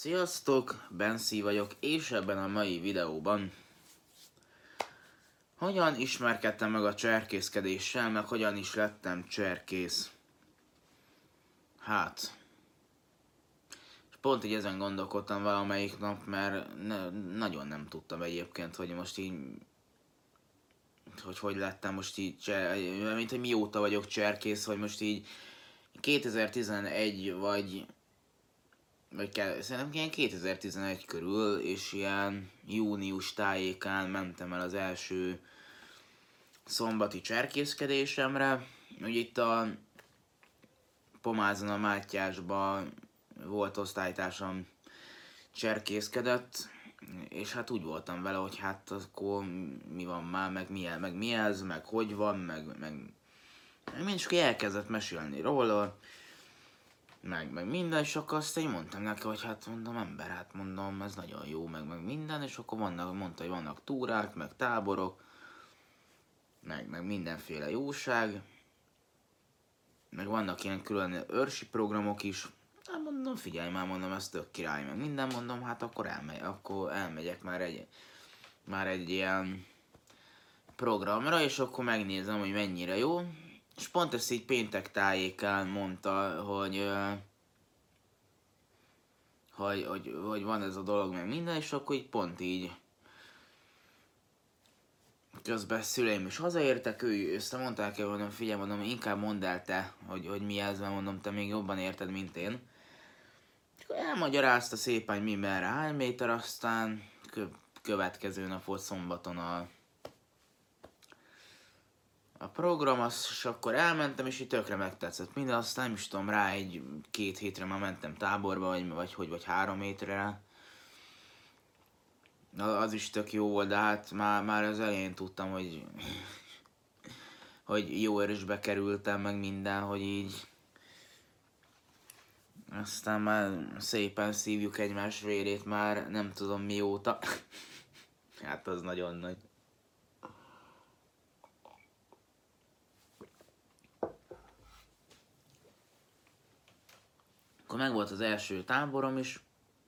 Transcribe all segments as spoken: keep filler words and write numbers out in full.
Sziasztok, Benci vagyok, és ebben a mai videóban hogyan ismerkedtem meg a cserkészkedéssel, meg hogyan is lettem cserkész. Hát, és pont így ezen gondolkodtam valamelyik nap, mert ne, nagyon nem tudtam egyébként, hogy most így, hogy hogy lettem most így, cser, mint hogy mióta vagyok cserkész, hogy most így kétezer-tizenegy vagy vagy kell, szerintem ilyen kétezer-tizenegy körül, és ilyen június tájékán mentem el az első szombati cserkészkedésemre. Ugye itt a Pomázon a Mátyásban volt osztálytársam cserkészkedett, és hát úgy voltam vele, hogy hát akkor mi van már, meg mi, meg mi ez, meg hogy van, meg, meg, meg mind csak elkezdett mesélni róla, meg, meg minden, és akkor azt én mondtam neki, hogy hát mondom, ember, hát mondom, ez nagyon jó, meg, meg minden, és akkor vannak, mondta, hogy vannak túrák, meg táborok, meg, meg mindenféle jóság, meg vannak ilyen külön őrsi programok is. Hát mondom, figyelj már, mondom, ez tök király, meg minden, mondom, hát akkor, elmegy, akkor elmegyek már egy, már egy ilyen programra, és akkor megnézem, hogy mennyire jó. És pont ezt így péntek tájékán mondta, hogy, hogy, hogy, hogy van ez a dolog, meg minden, és akkor így pont így közben szüleim is hazaértek, ő ezt mondták el, mondom, figyelj, mondom, inkább mondd el te, hogy, hogy mi ez, mert mondom, te még jobban érted, mint én. És akkor elmagyarázta szépen, hogy mi merre, hány méter, aztán kö- következő nap volt szombaton a, a program, az, és akkor elmentem, és így tökre megtetszett minden, aztán nem is tudom, rá egy két hétre már mentem táborba, vagy, vagy hogy, vagy három hétre. Az is tök jó volt, de hát már, már az elején tudtam, hogy, hogy jó erősbe kerültem, meg minden, hogy így aztán már szépen szívjuk egymás vérét már nem tudom mióta. Hát az nagyon nagy. Akkor meg volt az első táborom is.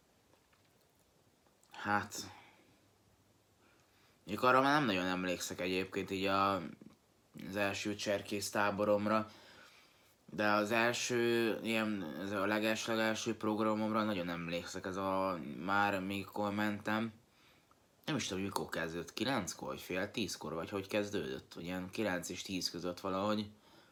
Hát mondjuk arra már nem nagyon emlékszek egyébként így a, az első cserkész táboromra. De az első, ilyen, ez a leges-legelső programomra nagyon emlékszek, ez a már mikor mentem. Nem is tudom, mikor kezdődött, kilenckor, vagy fél tízkor, vagy hogy kezdődött, vagy ilyen kilenc és tíz között valahogy.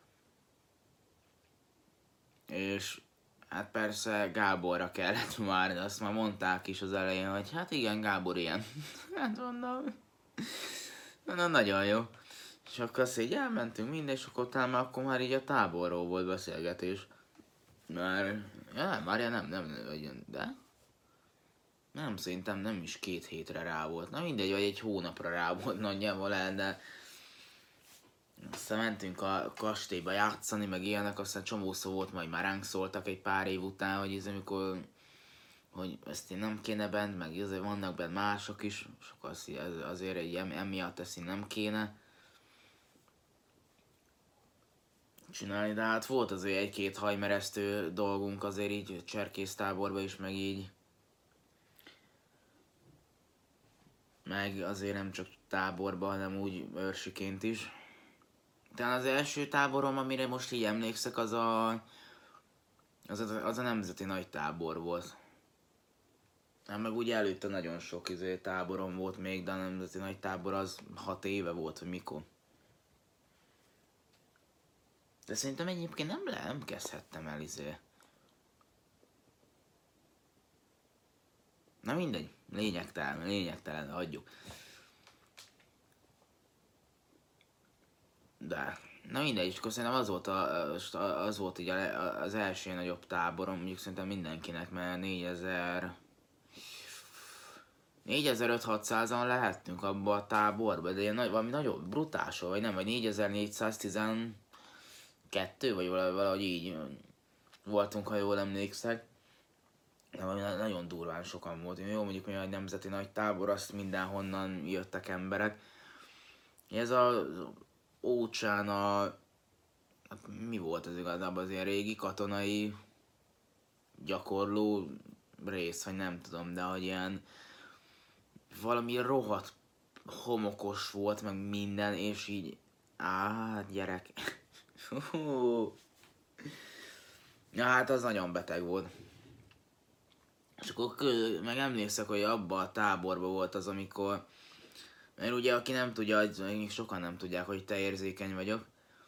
És hát persze Gáborra kellett már, de azt már mondták is az elején, hogy hát igen, Gábor ilyen. Hát mondom, na nagyon jó. És akkor azt így elmentünk minden, és akkor utána már, akkor már így a táborról volt beszélgetés. Már, ja, már nem, nem, nem, de nem, szerintem nem is két hétre rá volt. Na mindegy, vagy egy hónapra rá volt nagyjából el, de aztán mentünk a kastélyba játszani, meg ilyenek, aztán csomó szó volt, majd már ránk szóltak egy pár év után, hogy ez amikor, hogy ezt én nem kéne bent, meg azért vannak bent mások is, és akkor az, azért egy emiatt ezt én nem kéne csinálni, de hát volt azért egy-két hajmeresztő dolgunk azért így cserkésztáborba is, meg így. Meg azért nem csak táborban, hanem úgy őrsiként is. Talán az első táborom, amire most így emlékszek, az a, az a, az a nemzeti nagy tábor volt. Hát meg ugye előtte nagyon sok izé, táborom volt még, de a nemzeti nagy tábor az hat éve volt, hogy mikor. De szerintem egyébként nem, le, nem kezdhettem el izé. Na mindegy, lényegtelen, lényegtelen, hagyjuk. De, na mindegy, és akkor szerintem az volt, a, az volt így az első nagyobb táborom, mondjuk szerintem mindenkinek, mert négyezer... négyezer-ötszáz-hatszázan lehettünk abba a táborba, de ilyen nagy, valami nagyobb, brutálsó, vagy nem, vagy négyezer-négyszáztizenkettő, vagy valahogy így voltunk, ha jól emlékszek. De valami nagyon durván sokan volt. Jó, mondjuk hogy egy nemzeti nagy tábor, azt mindenhonnan jöttek emberek. Ez a Ócsán a... Hát mi volt ez igazából, az ilyen régi katonai gyakorló rész, vagy nem tudom, de hogy ilyen valami rohadt homokos volt, meg minden, és így, á, gyerek. Ja, hát az nagyon beteg volt. És akkor meg emlékszek, hogy abban a táborban volt az, amikor, mert ugye aki nem tudja, még sokan nem tudják, hogy te érzékeny vagyok.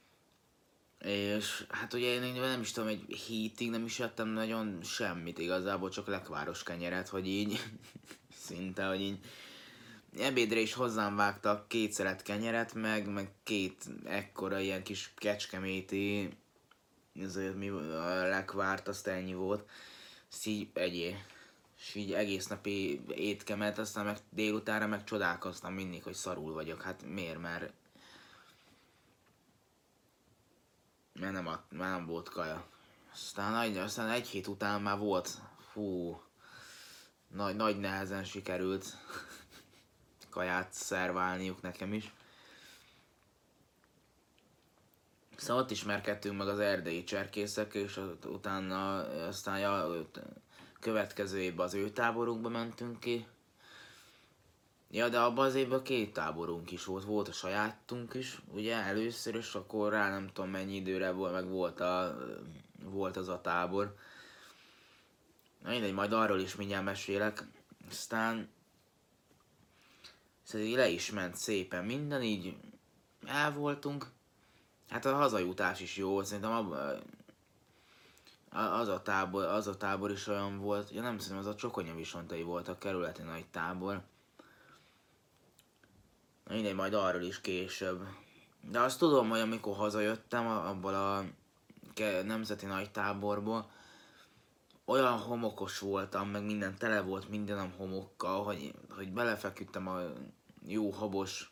És hát ugye én nem is tudom, egy hétig nem is ettem nagyon semmit igazából, csak lekváros kenyeret, hogy így szinte, hogy így ebédre is hozzám vágtak két szelet kenyeret, meg, meg két ekkora ilyen kis kecskeméti, ezért mi a lekvárt, azt ennyi volt. Ezt így egyél. És így egész napi étkemet, aztán meg délutánra meg csodálkoztam mindig, hogy szarul vagyok. Hát miért? Mert, mert nem, ad, már nem volt kaja. Aztán, aztán egy hét után már volt, fú, nagy, nagy nehezen sikerült kaját szerválniuk nekem is. Szóval ott ismerkedtünk meg az erdélyi cserkészek, és utána aztán a következő évben az ő táborunkba mentünk ki. Ja, de abban az évben két táborunk is volt, volt a sajátunk is, ugye először, és akkor rá nem tudom mennyi időre volt, meg volt, a, volt az a tábor. Na mindegy, majd arról is mindjárt mesélek. Aztán szóval le is ment szépen minden, így el voltunk. Hát a hazajutás is jó volt, szerintem abban, az a tábor, az a tábor is olyan volt, ja nem szerintem, az a Csokonya Visontai volt a kerületi nagy tábor. Na mindegy, majd arról is később. De azt tudom, hogy amikor hazajöttem abból a nemzeti nagy táborból, olyan homokos voltam, meg minden tele volt mindenem homokkal, hogy, hogy belefeküdtem a jó habos,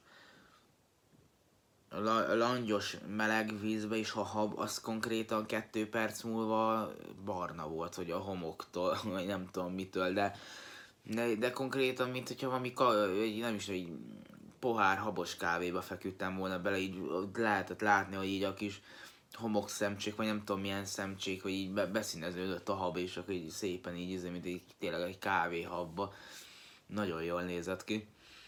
langyos meleg vízbe, és a hab az konkrétan kettő perc múlva barna volt, hogy a homoktól, vagy nem tudom mitől, de, de, de konkrétan, mint hogyha valami, nem is, hogy pohár habos kávéba feküdtem volna bele, így lehetett látni, hogy így a kis homok szemcsék, vagy nem tudom milyen szemcsék, hogy így be, beszíneződött a hab, és akkor így szépen így, mint egy, tényleg egy kávéhabba. Nagyon jól nézett ki.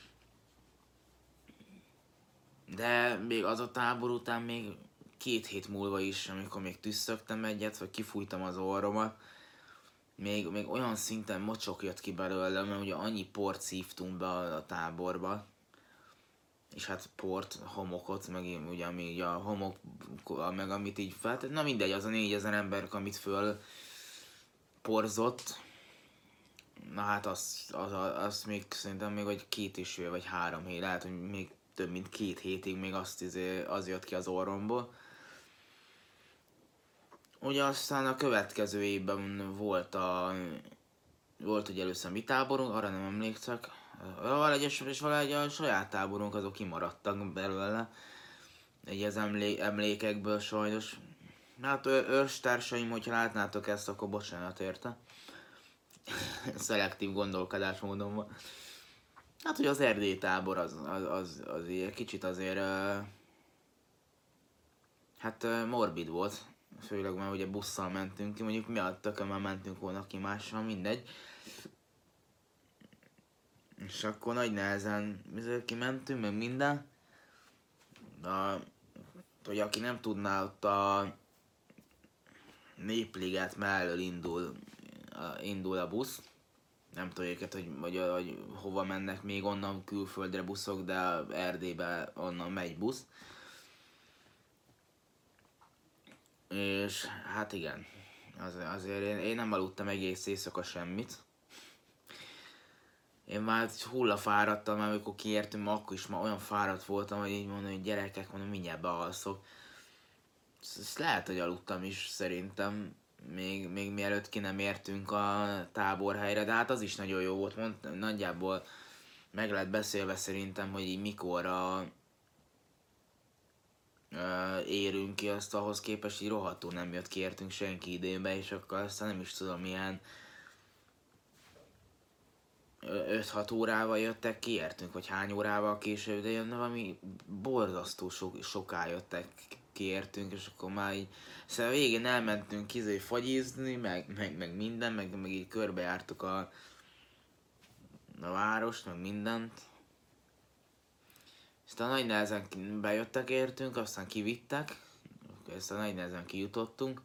De még az a tábor után még két hét múlva is, amikor még tüsszögtem egyet, vagy kifújtam az orromat, még, még olyan szinten mocsok jött ki belőlem, mert ugye annyi port szívtunk be a, a táborba, és hát port, homokot, meg ugye ami a homok, meg amit így fel, na mindegy, az a négyezer ember, amit föl porzott, na hát az, az, az, az még szerintem még vagy két és fél, vagy három hét, lehet, hogy még több mint két hétig még azt izé, az jött ki az orromból. Ugye aztán a következő évben volt a, volt ugye először mi táborunk, arra nem emlékszek, valahogy és valahogy a saját táborunk azok kimaradtak belőle, egy az emlé- emlékekből sajnos. Hát őstársaim, hogyha látnátok ezt, akkor bocsánat érte. Szelektív gondolkodásmódon van. Hát, hogy az erdélyi tábor az, az, az, az ilyen kicsit azért uh, hát uh, morbid volt. Főleg mert ugye busszal mentünk ki, mondjuk mi a tökömmel mentünk volna ki mással, mindegy. És akkor nagy nehezen kimentünk, meg minden. De, hogy aki nem tudná, ott a Népliget mellől indul, indul a busz. Nem tudom őket, hogy, hogy, hogy hova mennek még onnan külföldre buszok, de Erdélybe onnan megy busz. És hát igen, az, azért én, én nem aludtam egész éjszaka semmit. Én már hullafáradtam, amikor kiértünk, akkor is már olyan fáradt voltam, hogy így mondom, hogy gyerekek, mondom, mindjárt bealszok. Ezt lehet, hogy aludtam is szerintem, még, még mielőtt ki nem értünk a táborhelyre, de hát az is nagyon jó volt, mond, nagyjából meg lehet beszélve szerintem, hogy így mikorra uh, érünk ki, azt ahhoz képest így rohadtul nem jött ki, értünk senki időbe, és akkor aztán nem is tudom, milyen öt-hat órával jöttek ki, értünk, vagy hány órával később, de jön valami borzasztó so- soká jöttek kiértünk, és akkor már így, szóval a végén elmentünk izé fagyizni, meg, meg, meg minden, meg, meg így körbejártuk a, a várost, meg mindent. Aztán nagy nehezen bejöttek értünk, aztán kivittek, aztán nagy nehezen kijutottunk.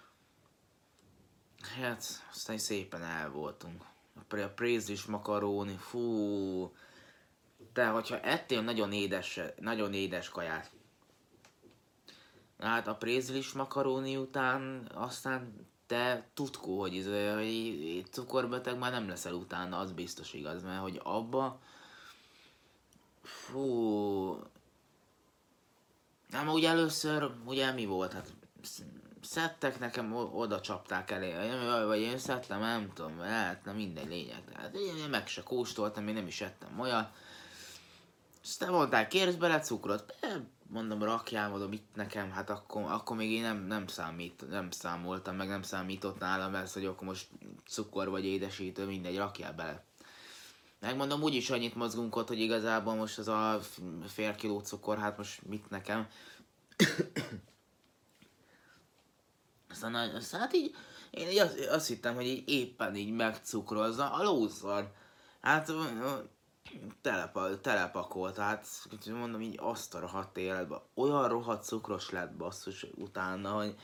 Hát, aztán szépen el voltunk. A prézlis makaróni, fú. De hogyha ettél nagyon édes, nagyon édes kaját. Hát a prézlis makaróni után aztán te tudkó, hogy, ez, hogy cukorbeteg már nem leszel utána, az biztos igaz, mert hogy abba, fú, nem, ugye először, ugye mi volt, hát szedtek nekem, oda csapták elé, vagy én szedtem, nem tudom, hát nem mindegy lényeg, hát én meg se kóstoltam, én nem is ettem olyat. Aztán mondták, kérsz bele cukrot? Mondom, rakjál, mondom, itt nekem, hát akkor, akkor még én nem, nem, számít, nem számoltam, meg nem számított nálam ez, hogy akkor most cukor vagy édesítő, mindegy, rakjál bele. Megmondom, úgyis annyit mozgunk ott, hogy igazából most az a fél kiló cukor, hát most mit nekem. Aztán, aztán hát így, én így azt, azt hittem, hogy így éppen így megcukrozza a lószar. Hát telepa, telepakolt, hát mondom így azt a rohadt életben. Olyan rohadt cukros lett basszus utána, hogy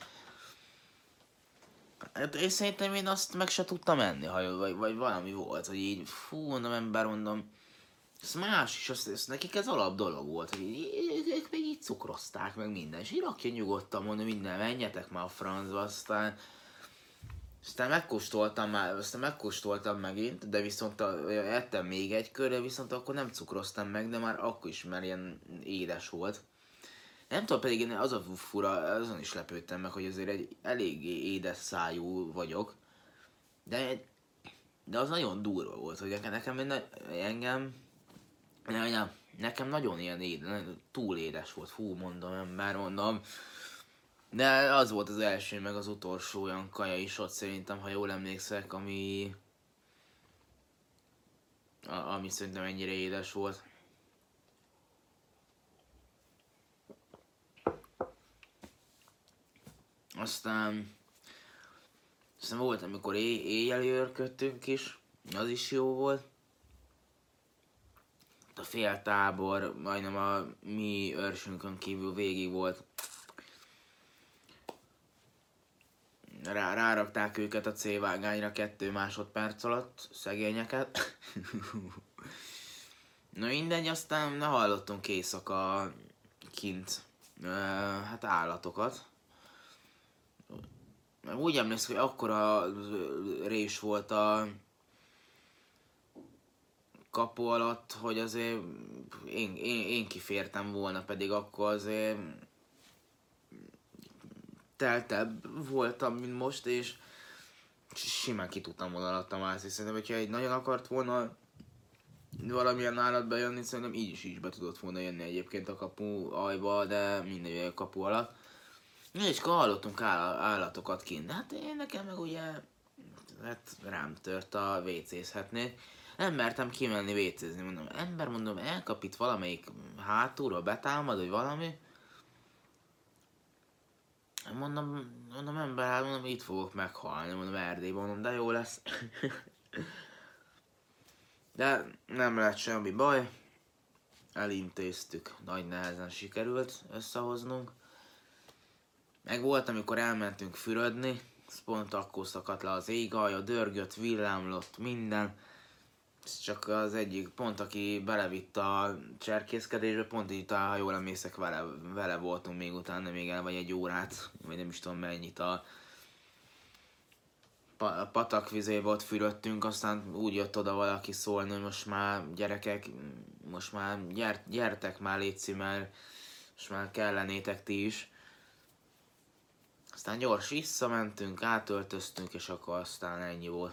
hát én szerintem én azt meg se tudtam enni, ha, vagy, vagy valami volt, hogy így fú, mondom ember, mondom, ez más is, azt, azt nekik ez alap dolog volt, hogy így, ők még így cukrozták meg minden, és így rakja nyugodtan, mondom, minden, menjetek már a francba, aztán aztán megkóstoltam már, aztán megkóstoltam megint, de viszont a, ettem még egy körre, viszont akkor nem cukroztam meg, de már akkor is már ilyen édes volt. Nem tudom, pedig én az a fura, azon is lepődtem meg, hogy azért egy eléggé édes szájú vagyok, de, de az nagyon durva volt, hogy nekem, nekem engem, nem, nem, nekem nagyon ilyen édes, túl édes volt, fú, mondom, ember, mondom. De az volt az első, meg az utolsó olyan kaja is ott szerintem, ha jól emlékszek, ami... A, ami szerintem ennyire édes volt. Aztán... Aztán volt, amikor éj, éjjel őrködtünk is, az is jó volt. A fél tábor, majdnem a mi őrsünkön kívül végig volt. Rá, rárakták őket a C-vágányra kettő másodperc alatt, szegényeket. Na mindegy, aztán ne hallottunk éjszaka kint, ö, hát állatokat. Úgy emlékszem, hogy akkora rés volt a kapu alatt, hogy azért én, én, én kifértem volna, pedig akkor azért teltebb voltam, mint most, és simán ki tudtam volna alatta mászni. Szerintem, hogyha egy nagyon akart volna valamilyen állatba jönni, szerintem így is, így be tudott volna jönni egyébként a kapu ajba, de mindegy a kapu alatt. És akkor hallottunk áll- állatokat kint, de hát én nekem meg ugye hát rám tört a vécézhetnék. Nem mertem kimenni vécézni, mondom, ember, mondom, elkap itt valamelyik hátulról, betámad, vagy valami. Mondom, mondom, ember, hát mondom, itt fogok meghalni, mondom, Erdélyben, mondom, de jó lesz. De nem lett semmi baj, elintéztük, nagy nehezen sikerült összehoznunk. Meg volt, amikor elmentünk fürödni, pont akkor szakadt le az égalja, dörgött, villámlott, minden. Ez csak az egyik pont, aki belevitt a cserkészkedésbe, pont így talán, ha jól emlékszek, vele, vele voltunk még utána, még el vagy egy órát, vagy nem is tudom mennyit a pa- patakvizébe ott fürödtünk, aztán úgy jött oda valaki szólni, hogy most már gyerekek, most már gyert, gyertek már létszi, mert most már kellenétek ti is. Aztán gyors visszamentünk, átöltöztünk, és akkor aztán ennyi volt.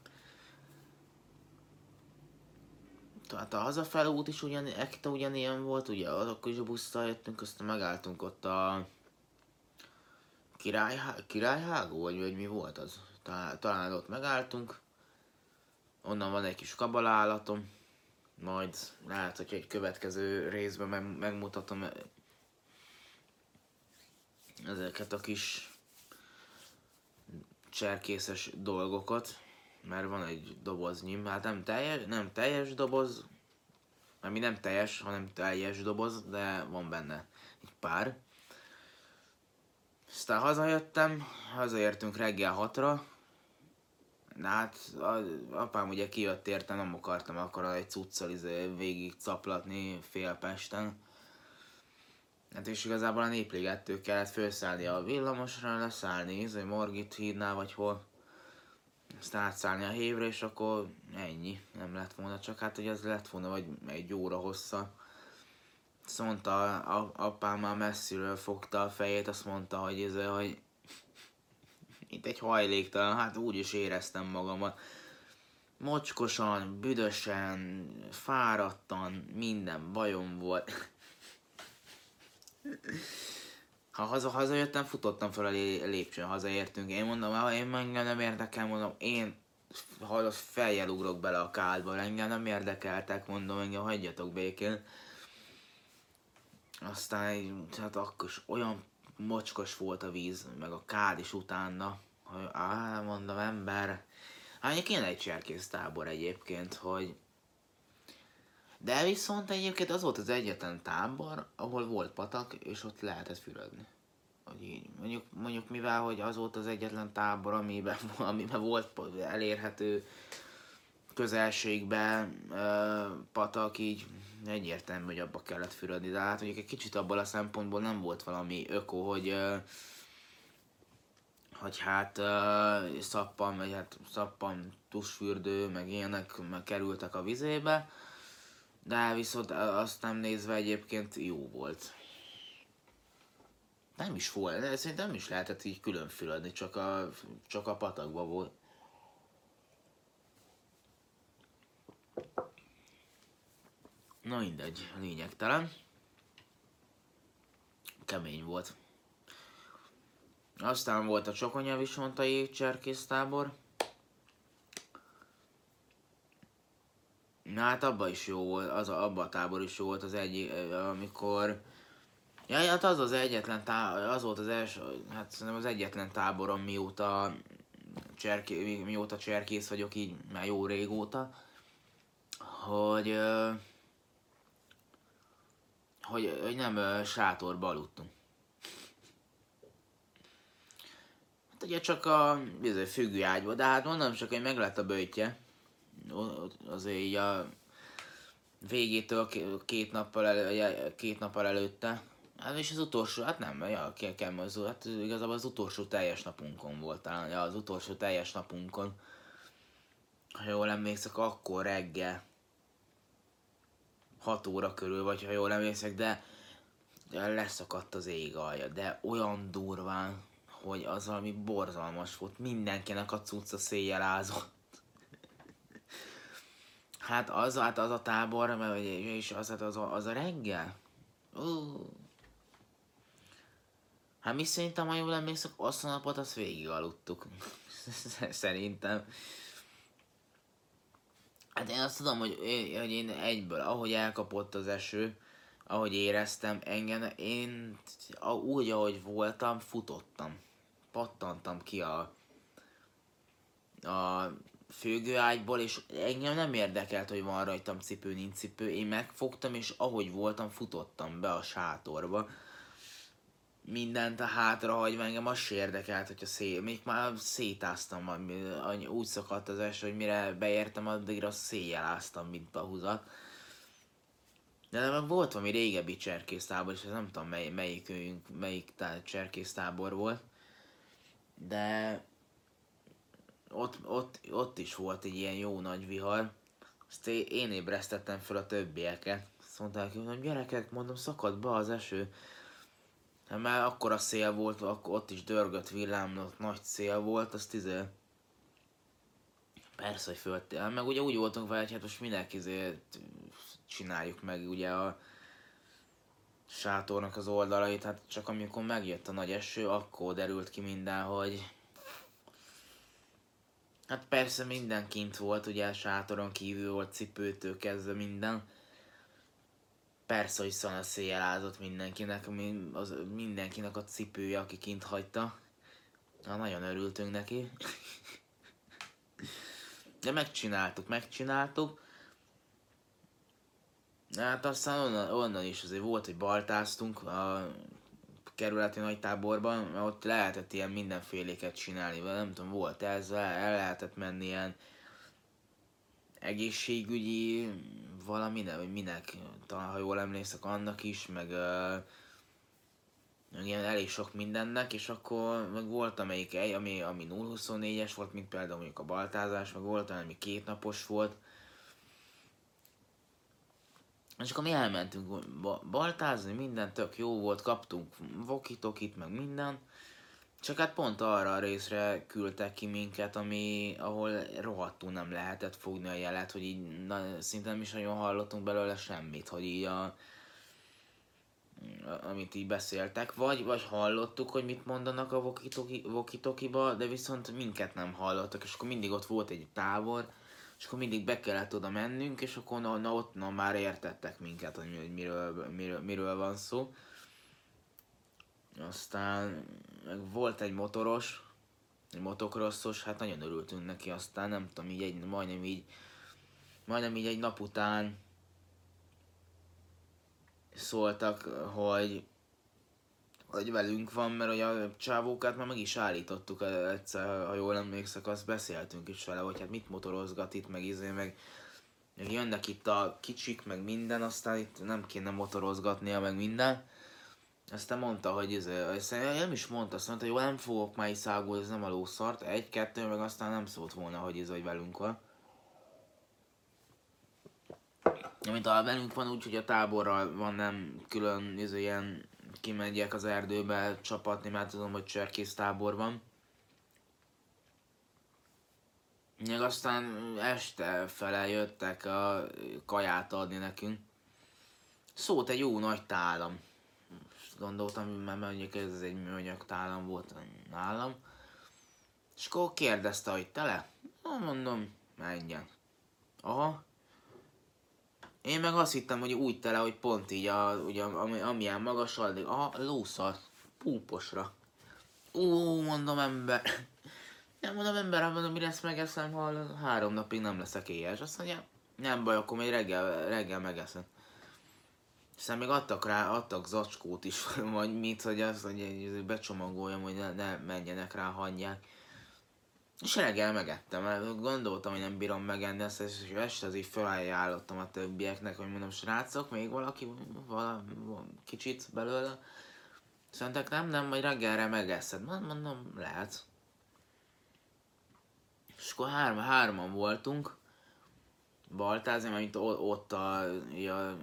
Tehát a hazafele út is ugyan, ekte ugyanilyen volt, ugye akkor is a busszal jöttünk, aztán megálltunk ott a Királyhá... Királyhágó, vagy, vagy mi volt az? Talán, talán ott megálltunk. Onnan van egy kis kabalállatom. Majd lehet, hogy egy következő részben meg, megmutatom. ezeket a kis cserkészes dolgokat, mert van egy doboznyi, hát nem teljes, nem teljes doboz, ami nem teljes, hanem teljes doboz, de van benne egy pár. Aztán hazajöttem, hazaértünk reggel hatra. Na hát apám ugye kijött érte, nem akartam akkor egy cuccal izé végig caplatni fél Pesten. Hát és igazából a Népligettől kellett felszállni a villamosra, leszállni izé Margit hídnál vagy hol. Aztán átszállni a hévre, és akkor ennyi, nem lett volna, csak hát hogy ez lett volna vagy egy óra hossza. Azt mondta, a, apám már messziről fogta a fejét, azt mondta, hogy ez, hogy mint egy hajléktalan, hát úgy is éreztem magamat. Mocskosan, büdösen, fáradtan, minden bajom volt. Ha haza, hazajöttem, futottam fel a lépcsőn, hazaértünk. Én mondom, ha én engem nem érdekel, mondom, én ha feljel ugrok bele a kádba, engem nem érdekeltek, mondom, engem hagyjatok békén. Aztán hát akkor is olyan mocskos volt a víz, meg a kád is utána, hogy áh, mondom, ember. Hát mondjuk én egy cserkész tábor egyébként, hogy... De viszont egyébként az volt az egyetlen tábor, ahol volt patak, és ott lehetett fürödni. Hogy így, mondjuk, mondjuk mivel, hogy az volt az egyetlen tábor, amiben, amiben volt elérhető közelségben ö, patak, így egyértelmű, hogy abba kellett fürödni. De hát mondjuk egy kicsit abból a szempontból nem volt valami öko, hogy ö, hogy hát uh, szappan, vagy hát szappan, tusfürdő, meg ilyenek meg kerültek a vizébe, de viszont azt nem nézve egyébként jó volt. Nem is volt, de szerintem nem is lehetett így külön fürödni, csak a, csak a patakba volt. Na mindegy, lényegtelen. Kemény volt. Aztán volt a Csokonyavisontai cserkésztábor. Na hát abban is jó volt, az a, abban a tábor is jó volt az egyik, amikor... Ja, hát az az egyetlen tábor, az volt az első, hát szerintem az egyetlen táborom mióta, cserké, mióta cserkész vagyok így, már jó régóta, hogy, hogy, hogy nem sátorba aludtunk. Hát ugye csak a függőágyba, de hát mondom csak, hogy meg lett a böjtje. Azért így a végétől két nappal, elő, két nappal előtte. Hát és az utolsó, hát nem, ja, kell, kell az, hát igazából az utolsó teljes napunkon volt talán, ja, az utolsó teljes napunkon. Ha jól emlékszek, akkor reggel hat óra körül, vagy ha jól emlékszek, de, de leszakadt az ég alja, de olyan durván, hogy az valami borzalmas volt, mindenkinek a cucca széjjel ázott. Hát az, hát az a tábor, és az, hát az, a, az a reggel. Uh. Hát mi szerintem, ha jól emlékszek, azt a napot azt végig aludtuk. Szerintem. Hát én azt tudom, hogy én, hogy én egyből, ahogy elkapott az eső, ahogy éreztem engem, én úgy, ahogy voltam, futottam. Pattantam ki a, a függőágyból, és engem nem érdekelt, hogy van rajtam cipő, nincs cipő. Én megfogtam, és ahogy voltam, futottam be a sátorba. Mindent a hátra hagyva, engem az se érdekelt, hogy a szél, még már szétáztam, úgy szakadt az eső, hogy mire beértem, addigra széjjel áztam, mint a húzat. De meg volt valami régebbi cserkésztábor, és nem tudom mely, melyik, melyik cserkésztábor volt, de ott, ott, ott is volt egy ilyen jó nagy vihar. Azt én ébresztettem fel a többieket. Azt mondták, hogy gyerekek, mondom, szakadt be az eső. Hát már akkor a szél volt, akkor ott is dörgött villámlott, nagy szél volt, azt izé... Persze, hogy föltél. Meg ugye úgy voltunk vele, hogy hát most mindenki csináljuk meg ugye a sátornak az oldalait, hát csak amikor megjött a nagy eső, akkor derült ki minden, hogy... Hát persze minden kint volt, ugye a sátoron kívül volt cipőtől kezdve minden. Persze, hogy szanaszéjjel ázott mindenkinek, az, mindenkinek a cipője, aki kint hagyta. Na, nagyon örültünk neki. De megcsináltuk, megcsináltuk. Hát aztán onnan, onnan is azért volt, hogy baltáztunk a kerületi nagytáborban, mert ott lehetett ilyen mindenféléket csinálni, vagy nem tudom, volt ez, el lehetett menni ilyen egészségügyi valami, vagy minek, talán ha jól emlékszek annak is, meg uh, ilyen elég sok mindennek, és akkor meg volt amelyik egy, ami, ami nulla huszonnégyes volt, mint például mondjuk a baltázás, meg volt olyan, ami kétnapos volt. És akkor mi elmentünk baltázni, minden tök jó volt, kaptunk vokitokit, meg minden. Csak hát pont arra a részre küldtek ki minket, ami, ahol rohadtul nem lehetett fogni a jelet, hogy így na, szinte nem is nagyon hallottunk belőle semmit, hogy így a, amit így beszéltek, vagy, vagy hallottuk, hogy mit mondanak a vokitokiba, de viszont minket nem hallottak, és akkor mindig ott volt egy tábor, és akkor mindig be kellett oda mennünk, és akkor na, na ott na, már értettek minket, hogy miről, miről, miről van szó. Aztán meg volt egy motoros, egy motocrossos, hát nagyon örültünk neki, aztán nem tudom, így egy, majdnem így, majdnem így egy nap után szóltak, hogy, hogy velünk van, mert hogy a csávókat már meg is állítottuk egyszer, ha jól emlékszek, azt beszéltünk is vele, hogy hát mit motorozgat itt, meg izé, meg, meg jönnek itt a kicsik, meg minden, aztán itt nem kéne motorozgatnia, meg minden. Aztán mondta, hogy ez, nem is mondta, azt mondta, hogy jó, nem fogok már iszágulni, ez nem a lószart, egy-kettő, meg aztán nem szólt volna, hogy ez, hogy velünk van. Mint a velünk van úgy, hogy a táborral van, nem külön ez, ilyen kimegyek az erdőbe csapatni, mert tudom, hogy cserkész tábor van. Még aztán este fele jöttek a kaját adni nekünk. Szólt egy jó nagy tálam. Gondoltam, mert mondjuk ez egy műanyag tálam volt nálam. És akkor kérdezte, hogy tele? Na, mondom, menjen. Aha. Én meg azt hittem, hogy úgy tele, hogy pont így, a, ugye, ami, amilyen magas, addig, aha, lószar, púposra. Ó, mondom, ember. Nem mondom, ember, mondom, mire ezt megeszem, ha három napig nem leszek éhes. Azt mondja, nem baj, akkor még reggel, reggel megeszem. Aztán még adtak rá, adtak zacskót is, vagy mit, hogy azt, hogy becsomagoljam, hogy ne, ne menjenek rá, hagyják. És reggel megettem, mert gondoltam, hogy nem bírom megenni ezt, és este azért felajánlottam a többieknek, hogy mondom, srácok, még valaki, vala, kicsit belőle. Szerintek nem, nem, majd reggelre megeszed. Mondom, lehet. És akkor három, hárman voltunk baltázni, mert ott a, a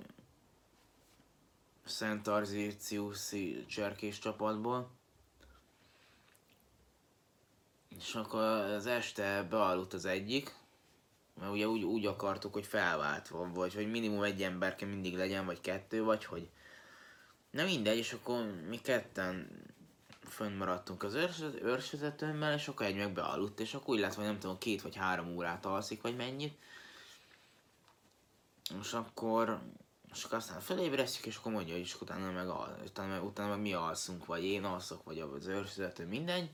Szent Arzéciuszi cserkés csapatból. És akkor az este bealudt az egyik, mert ugye úgy, úgy akartuk, hogy felváltva, vagy hogy minimum egy emberke mindig legyen, vagy kettő, vagy hogy. Na mindegy, és akkor mi ketten fönnmaradtunk az őrsvezetőmmel, és akkor egy meg bealudt, és akkor úgy lett, hogy nem tudom, két vagy három órát alszik, vagy mennyit. És akkor, és akkor aztán felébresztjük, és akkor mondja, hogy utána meg, al, utána, meg, utána meg mi alszunk, vagy én alszok, vagy az őrsvezető, mindegy.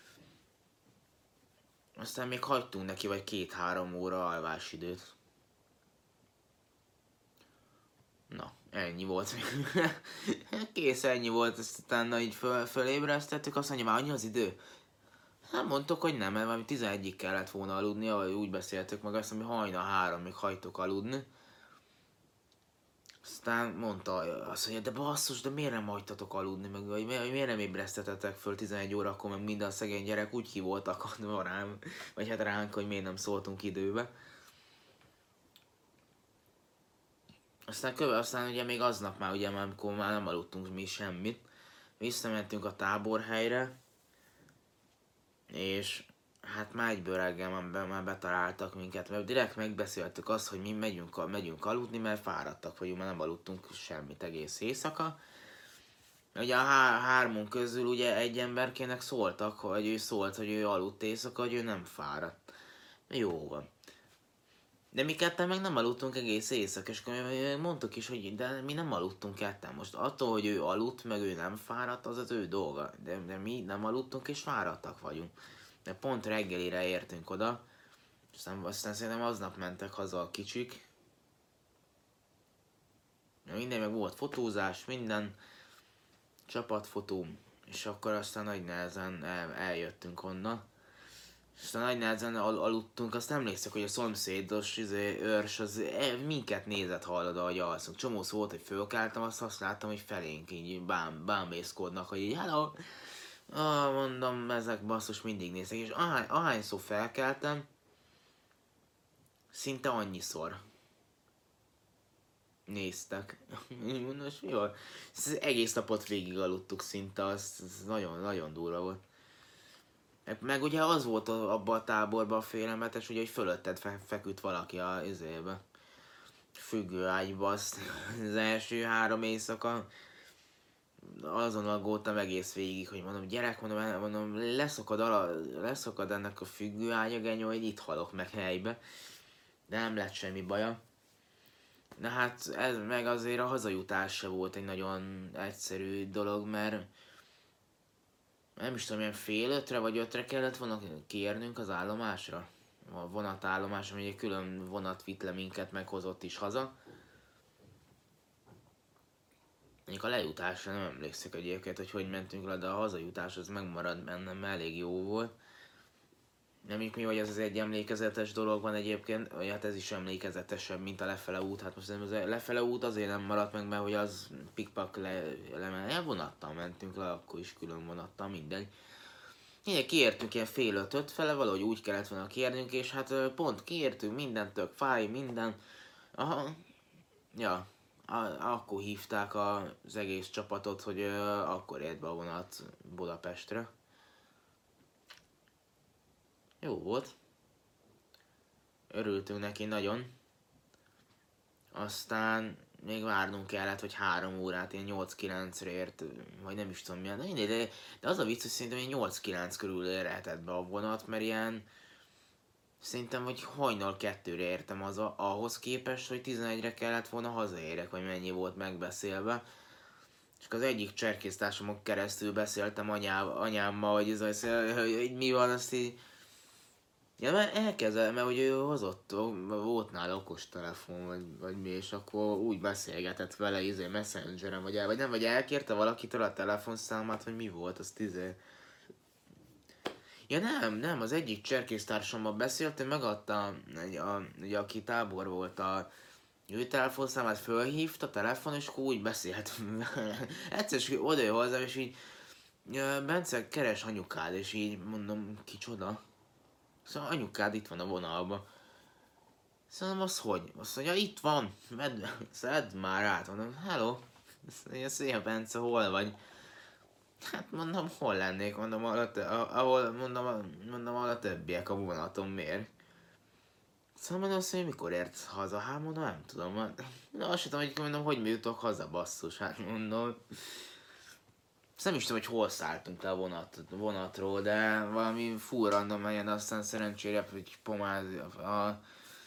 Aztán még hagytunk neki vagy két-három óra alvásidőt. Na, ennyi volt. Kész, ennyi volt, ezt utána így föl, fölébresztettük, azt mondja, már annyi az idő? Hát mondtuk, hogy nem, mert valami tizenegyig kellett volna aludni, ahogy úgy beszéltük meg, azt mondja, hajna három még hagytok aludni. Aztán mondta, azt mondja, de basszus, de miért nem hagytatok aludni, meg vagy miért nem ébresztetetek föl tizenegy órakor, meg minden szegény gyerek úgy ki volt akadva rám, vagy hát ránk, hogy miért nem szóltunk időbe. Aztán köve, aztán ugye még aznap már, ugye már, amikor már nem aludtunk mi semmit, visszamentünk a táborhelyre, és hát már egyből reggel már, már betaláltak minket, mert direkt megbeszéltük azt, hogy mi megyünk, megyünk aludni, mert fáradtak vagyunk, mert nem aludtunk semmit egész éjszaka. Ugye a há- hármunk közül ugye egy emberkének szóltak, hogy ő szólt, hogy ő aludt éjszaka, hogy ő nem fáradt. Jó van. De mi ketten meg nem aludtunk egész éjszaka, és akkor mondtuk is, hogy de mi nem aludtunk ketten. Most attól, hogy ő aludt, meg ő nem fáradt, az az ő dolga. De, de mi nem aludtunk, és fáradtak vagyunk. De pont reggelire értünk oda, aztán, aztán szerintem aznap mentek haza a kicsik. Minden, meg volt fotózás, minden, csapatfotó, és akkor aztán nagy nehezen el, eljöttünk onnan. És aztán nagy nehezen al- aludtunk, azt emlékszek, hogy a szomszédos izé, őrs az e, minket nézett, hallod, ahogy alszunk. Csomó szó volt, hogy fölkeltem, azt azt láttam, hogy felénk így bám, bámészkodnak, hogy így hello. Ah, mondom, ezek basszus mindig néztek, és ahány, ahányszor felkeltem, szinte annyiszor néztek. Így mondom, és mi van? Ezt az egész napot végig aludtuk szinte, az, az nagyon-nagyon durva volt. Meg, meg ugye az volt abban a táborban a félelmetes, ugye, hogy fölötted fe, feküdt valaki a izébe. Függő ágyba, azt az első három éjszaka azon aggódtam egész végig, hogy mondom, gyerek, mondom, mondom leszakad, ala, leszakad ennek a függő ágyagenyó, hogy itt halok meg helybe. De nem lett semmi baja. Na hát ez meg azért a hazajutás se volt egy nagyon egyszerű dolog, mert nem is tudom, ilyen fél ötre vagy ötre kellett volna kiérnünk az állomásra. A vonatállomás, ami egy külön vonat vitt le minket, meghozott is haza. Mondjuk a lejutásra nem emlékszek egyébként, hogy hogy mentünk le, de a hazajutás az megmaradt bennem, mert elég jó volt. Nem így mi, hogy ez az egy emlékezetes dolog van egyébként, vagy hát ez is emlékezetesebb, mint a lefele út. Hát most az a lefele út azért nem maradt meg, mert hogy az pikpak le, le vonattal mentünk le, akkor is külön vonattal, mindegy. Így kiértünk ilyen fél ötöt fele, valahogy úgy kellett volna kiérnünk, és hát pont kiértünk, minden tök fáj, minden. Aha, ja, a- akkor hívták az egész csapatot, hogy uh, akkor ért be a vonat Budapestre. Jó volt. Örültünk neki nagyon. Aztán még várnunk kellett, hogy három órát, ilyen nyolc-kilencre ért, vagy nem is tudom milyen. De, de, de az a vicc, hogy szerintem ilyen nyolc-kilenc körül érhetett be a vonat, mert ilyen szerintem, hogy hajnal kettőre értem az a, ahhoz képest, hogy tizenegyre kellett volna hazaérek, vagy mennyi volt megbeszélve. És az egyik cserkésztársamon keresztül beszéltem anyám, anyámmal, hogy, ez az, hogy, hogy mi van, azt így. Ja, mert elkezdem, mert hogy ő hozott, volt nála okostelefon, vagy, vagy mi, és akkor úgy beszélgetett vele, izé, Messengeren, vagy, el, vagy nem, vagy elkérte valakitől a telefonszámát, hogy mi volt, azt izé. Ja nem, nem, az egyik cserkésztársammal beszélt, hogy megadta, egy, a, ugye, aki tábor volt, a ő telefonszámát fölhívta a telefon, és akkor úgy beszélt. Egyszer is oda jön hozzám, és így, ja, Bence, keres anyukád, és így mondom, kicsoda? Szóval anyukád itt van a vonalban. Szóval az hogy? Azt mondja, itt van, vedd, szedd már át. Mondom, hello. Azt mondja, szia Bence, hol vagy? Hát mondom, hol lennék, mondom, ahol, ahol mondom, mondom, ahol a többiek a vonaton, miért? Szóval mondom, azt mondja, mikor érsz haza? Hát mondom, nem tudom. Na, azt tudom, hogy mondom, hogy mi jutok haza, basszus, hát mondom. Azt nem is tudom, hogy hol szálltunk le a vonat, vonatról, de valami full random helyen, aztán szerencsére, hogy pomázi, a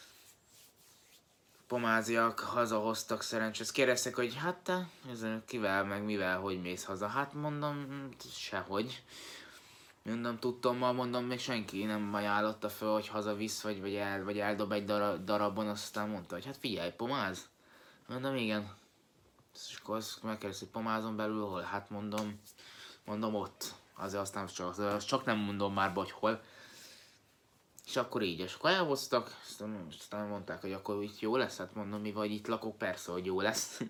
pomáziak hazahoztak szerencsére. Ezt kérdeztek, hogy hát te, ezen kivel, meg mivel, hogy mész haza? Hát mondom, sehogy. Mondom, tudtommal, mondom, még senki nem ajánlotta fel, hogy hazavisz, vagy, vagy, el, vagy eldob egy darab, darabon, aztán mondta, hogy hát figyelj, pomáz. Mondom, igen. És akkor azt megkérdezi, hogy pomázon belül hol? Hát mondom, mondom ott. Azért azt nem csak, azt csak nem mondom már, hogy hol. És akkor így, és akkor elhoztak, aztán, aztán mondták, hogy akkor itt jó lesz, hát mondom, mi vagy itt lakok, persze, hogy jó lesz.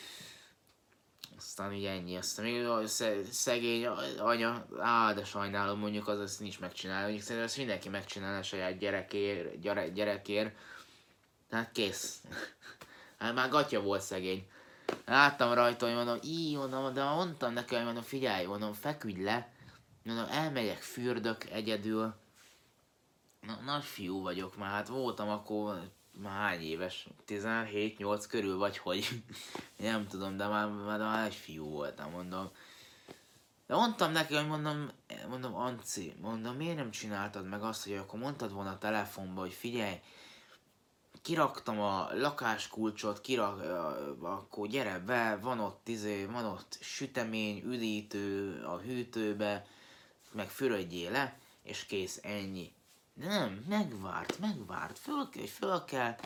Aztán így ennyi, aztán még a szegény anya, á, de sajnálom, mondjuk az azt nincs megcsinálni, mondjuk szerintem ezt mindenki megcsinálna a saját gyerekér, gyere, gyerekér. Tehát kész. Hát már gatya volt szegény. Láttam rajta, hogy mondom, így mondom, de mondtam neki, hogy mondom, figyelj, mondom, feküdj le, mondom, elmegyek, fürdök egyedül. Na, nagy fiú vagyok már, hát voltam akkor már hány éves, tizenhét nyolc körül vagy hogy. Nem tudom, de már, már, már egy fiú voltam, mondom. De mondtam neki, hogy mondom, mondom, Anci, mondom, miért nem csináltad meg azt, hogy akkor mondtad volna a telefonba, hogy figyelj, kiraktam a lakáskulcsot, kirak, akkor gyere be, van ott, izé, van ott sütemény, üdítő a hűtőbe, meg fürödjél le, és kész, ennyi. De nem, megvárt, megvárt, föl, föl kell,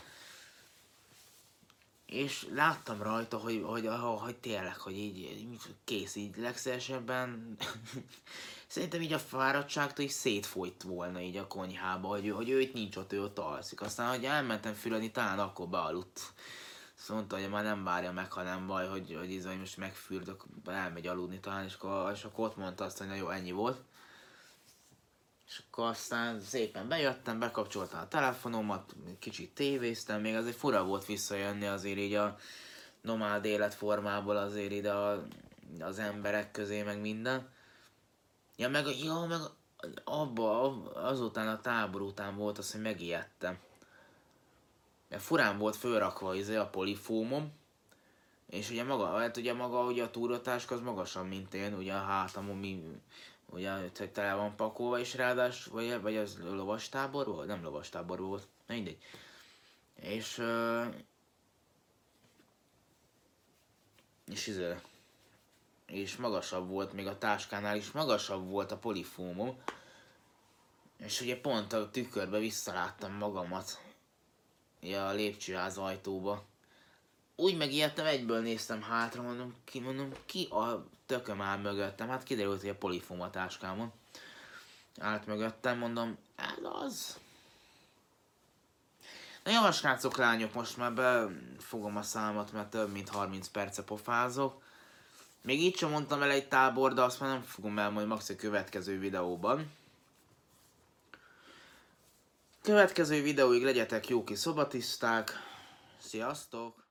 és láttam rajta, hogy, hogy, hogy, hogy tényleg, hogy így, így kész, így legszívesebben szerintem így a fáradtságtól is szétfolyt volna így a konyhába, hogy, hogy ő itt nincs ott, ő ott alszik. Aztán, hogy elmentem fürödni, talán akkor bealudt. Szóval mondta, hogy már nem várja meg, ha nem baj, hogy, hogy, izé, hogy most megfürdök, elmegy aludni talán, és akkor, és akkor ott mondta azt, hogy na jó, ennyi volt. És akkor aztán szépen bejöttem, bekapcsoltam a telefonomat, kicsit tévéztem, még azért fura volt visszajönni azért így a nomád életformából azért ide a, az emberek közé, meg minden. Ja, meg, ja, meg abba, azután a tábor után volt az, hogy megijedtem. Mert furán volt fölrakva izé a polifómom, és ugye maga, hát ugye maga ugye a túrotáska az magasabb, mint én, ugye a hátamon mi, ugye, hogy tele van pakolva, és ráadás, vagy, vagy az lovastábor volt? Nem lovastábor volt, na mindegy. És, uh, és izé, és magasabb volt, még a táskánál is magasabb volt a polifómom. És ugye pont a tükörbe visszaláttam magamat, ja, a lépcsőház ajtóba. Úgy megijedtem, egyből néztem hátra, mondom, ki, mondom, ki a tököm áll mögöttem. Hát kiderült, hogy a polifóm a táskámon állt mögöttem, mondom, ez az. Na jó, srácok, lányok, most már befogom a számot, mert több mint harminc perce pofázok. Még így sem mondtam el egy tábor, de azt már nem fogom elmondani max. a következő videóban. Következő videóig legyetek jó kis szobatiszták. Sziasztok!